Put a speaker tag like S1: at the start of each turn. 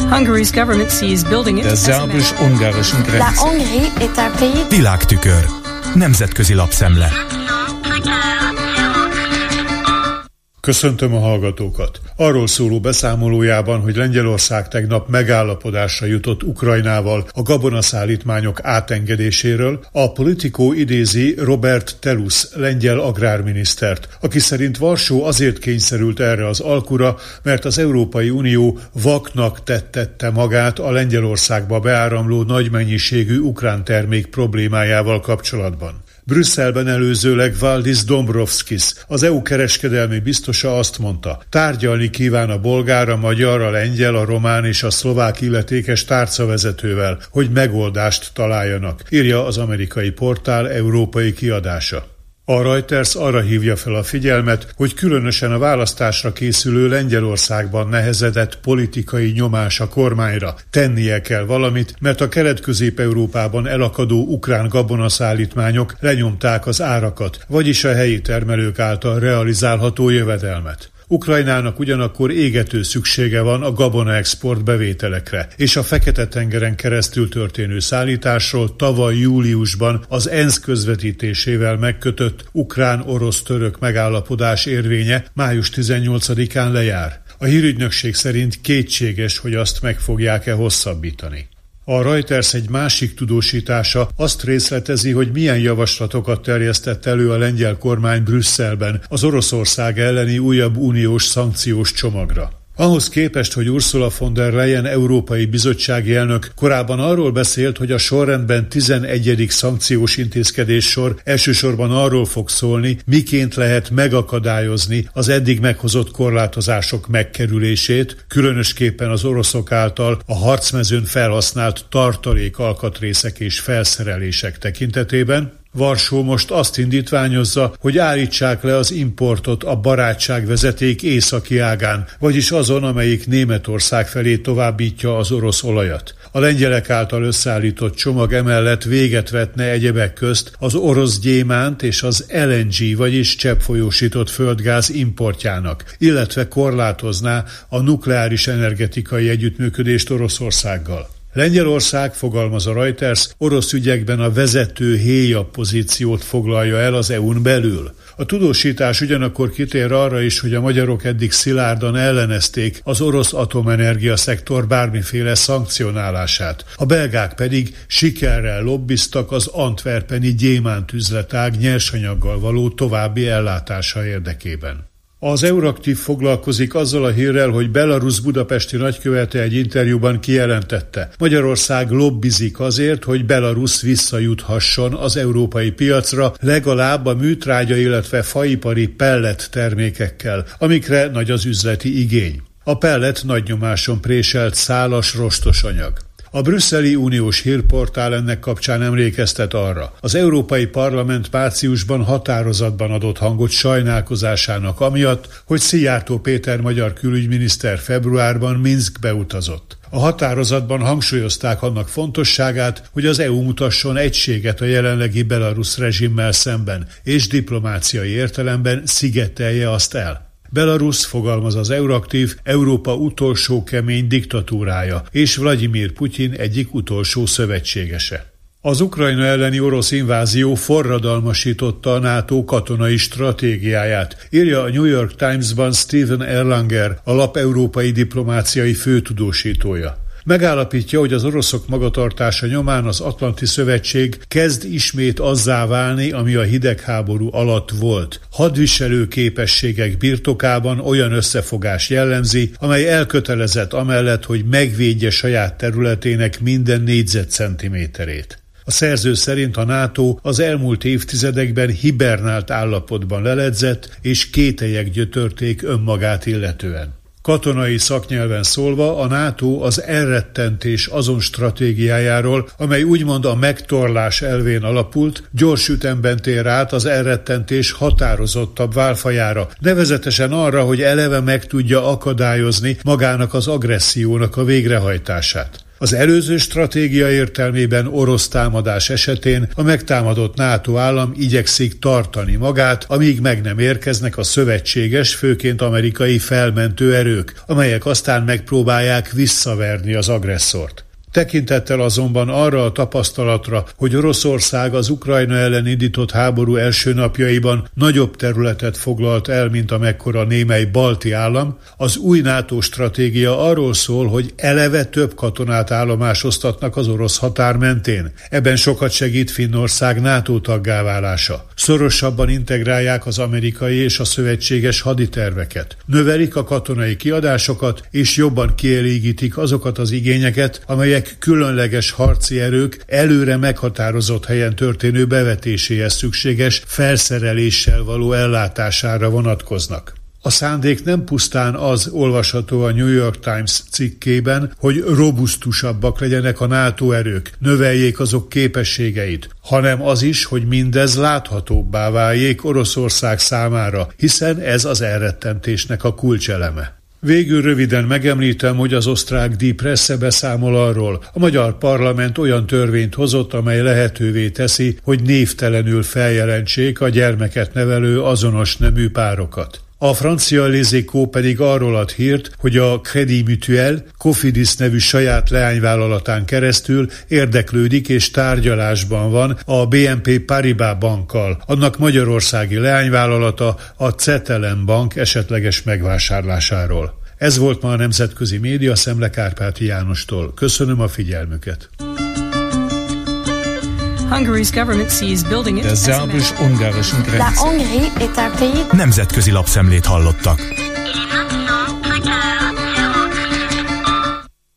S1: der szerbus-ungarischen Grenze.
S2: Világtükör. Nemzetközi lapszemle.
S3: Köszöntöm a hallgatókat! Arról szóló beszámolójában, hogy Lengyelország tegnap megállapodásra jutott Ukrajnával a gabonaszállítmányok átengedéséről, a Politico idézi Robert Telus lengyel agrárminisztert, aki szerint Varsó azért kényszerült erre az alkura, mert az Európai Unió vaknak tettette magát a Lengyelországba beáramló nagy mennyiségű ukrán termék problémájával kapcsolatban. Brüsszelben előzőleg Valdis Dombrovskis, az EU kereskedelmi biztosa azt mondta, tárgyalni kíván a bolgár, a magyar, a lengyel, a román és a szlovák illetékes tárcavezetővel, hogy megoldást találjanak, írja az amerikai portál európai kiadása. A Reuters arra hívja fel a figyelmet, hogy különösen a választásra készülő Lengyelországban nehezedett politikai nyomás a kormányra. Tennie kell valamit, mert a Kelet-Közép-Európában elakadó ukrán gabonaszállítmányok lenyomták az árakat, vagyis a helyi termelők által realizálható jövedelmet. Ukrajnának ugyanakkor égető szüksége van a gabonaexport bevételekre, és a Fekete-tengeren keresztül történő szállításról tavaly júliusban az ENSZ közvetítésével megkötött ukrán-orosz-török megállapodás érvénye május 18-án lejár. A hírügynökség szerint kétséges, hogy azt meg fogják-e hosszabbítani. A Reuters egy másik tudósítása azt részletezi, hogy milyen javaslatokat terjesztett elő a lengyel kormány Brüsszelben az Oroszország elleni újabb uniós szankciós csomagra. Ahhoz képest, hogy Ursula von der Leyen európai bizottsági elnök korábban arról beszélt, hogy a sorrendben 11. szankciós intézkedéssor elsősorban arról fog szólni, miként lehet megakadályozni az eddig meghozott korlátozások megkerülését, különösképpen az oroszok által a harcmezőn felhasznált tartalékalkatrészek és felszerelések tekintetében, Varsó most azt indítványozza, hogy állítsák le az importot a barátságvezeték északi ágán, vagyis azon, amelyik Németország felé továbbítja az orosz olajat. A lengyelek által összeállított csomag emellett véget vetne egyebek közt az orosz gyémánt és az LNG, vagyis cseppfolyósított földgáz importjának, illetve korlátozná a nukleáris energetikai együttműködést Oroszországgal. Lengyelország, fogalmaz a Reuters, orosz ügyekben a vezető héjabb pozíciót foglalja el az EU-n belül. A tudósítás ugyanakkor kitér arra is, hogy a magyarok eddig szilárdan ellenezték az orosz atomenergia szektor bármiféle szankcionálását. A belgák pedig sikerrel lobbiztak az antwerpeni gyémántüzletág nyersanyaggal való további ellátása érdekében. Az Euraktív foglalkozik azzal a hírrel, hogy Belarus budapesti nagykövete egy interjúban kijelentette. Magyarország lobbizik azért, hogy Belarus visszajuthasson az európai piacra legalább a műtrágya, illetve faipari pellet termékekkel, amikre nagy az üzleti igény. A pellet nagy nyomáson préselt szálas rostos anyag. A brüsszeli uniós hírportál ennek kapcsán emlékeztet arra. Az Európai Parlament márciusban határozatban adott hangot sajnálkozásának amiatt, hogy Szijjártó Péter magyar külügyminiszter februárban Minszkbe utazott. A határozatban hangsúlyozták annak fontosságát, hogy az EU mutasson egységet a jelenlegi belarusz rezsimmel szemben, és diplomáciai értelemben szigetelje azt el. Belarus, fogalmaz az Euraktív, Európa utolsó kemény diktatúrája, és Vladimir Putyin egyik utolsó szövetségese. Az Ukrajna elleni orosz invázió forradalmasította a NATO katonai stratégiáját, írja a New York Times-ban Stephen Erlanger, a lap európai diplomáciai főtudósítója. Megállapítja, hogy az oroszok magatartása nyomán az Atlanti Szövetség kezd ismét azzá válni, ami a hidegháború alatt volt. Hadviselő képességek birtokában olyan összefogás jellemzi, amely elkötelezett amellett, hogy megvédje saját területének minden négyzetcentiméterét. A szerző szerint a NATO az elmúlt évtizedekben hibernált állapotban leledzett, és kételyek gyötörték önmagát illetően. Katonai szaknyelven szólva a NATO az elrettentés azon stratégiájáról, amely úgymond a megtorlás elvén alapult, gyors ütemben tér át az elrettentés határozottabb válfajára, nevezetesen arra, hogy eleve meg tudja akadályozni magának az agressziónak a végrehajtását. Az előző stratégia értelmében orosz támadás esetén a megtámadott NATO állam igyekszik tartani magát, amíg meg nem érkeznek a szövetséges, főként amerikai felmentő erők, amelyek aztán megpróbálják visszaverni az agresszort. Tekintettel azonban arra a tapasztalatra, hogy Oroszország az Ukrajna ellen indított háború első napjaiban nagyobb területet foglalt el, mint amekkora némely balti állam, az új NATO stratégia arról szól, hogy eleve több katonát állomásoztatnak az orosz határ mentén. Ebben sokat segít Finnország NATO taggá válása. Szorosabban integrálják az amerikai és a szövetséges haditerveket. Növelik a katonai kiadásokat, és jobban kielégítik azokat az igényeket, amelyek különleges harci erők előre meghatározott helyen történő bevetéséhez szükséges felszereléssel való ellátására vonatkoznak. A szándék nem pusztán az, olvasható a New York Times cikkében, hogy robusztusabbak legyenek a NATO erők, növeljék azok képességeit, hanem az is, hogy mindez láthatóbbá váljék Oroszország számára, hiszen ez az elrettentésnek a kulcseleme. Végül röviden megemlítem, hogy az osztrák Die Presse beszámol arról, a magyar parlament olyan törvényt hozott, amely lehetővé teszi, hogy névtelenül feljelentsék a gyermeket nevelő azonos nemű párokat. A francia Les Échos pedig arról ad hírt, hogy a Crédit Mutuel Cofidis nevű saját leányvállalatán keresztül érdeklődik és tárgyalásban van a BNP Paribas bankkal, annak magyarországi leányvállalata a Cetelem Bank esetleges megvásárlásáról. Ez volt ma a Nemzetközi Média Szemle Kárpáti Jánostól. Köszönöm a figyelmüket!
S1: Der szerbus-ungarischen Grenze.
S2: Nemzetközi lapszemlét hallottak.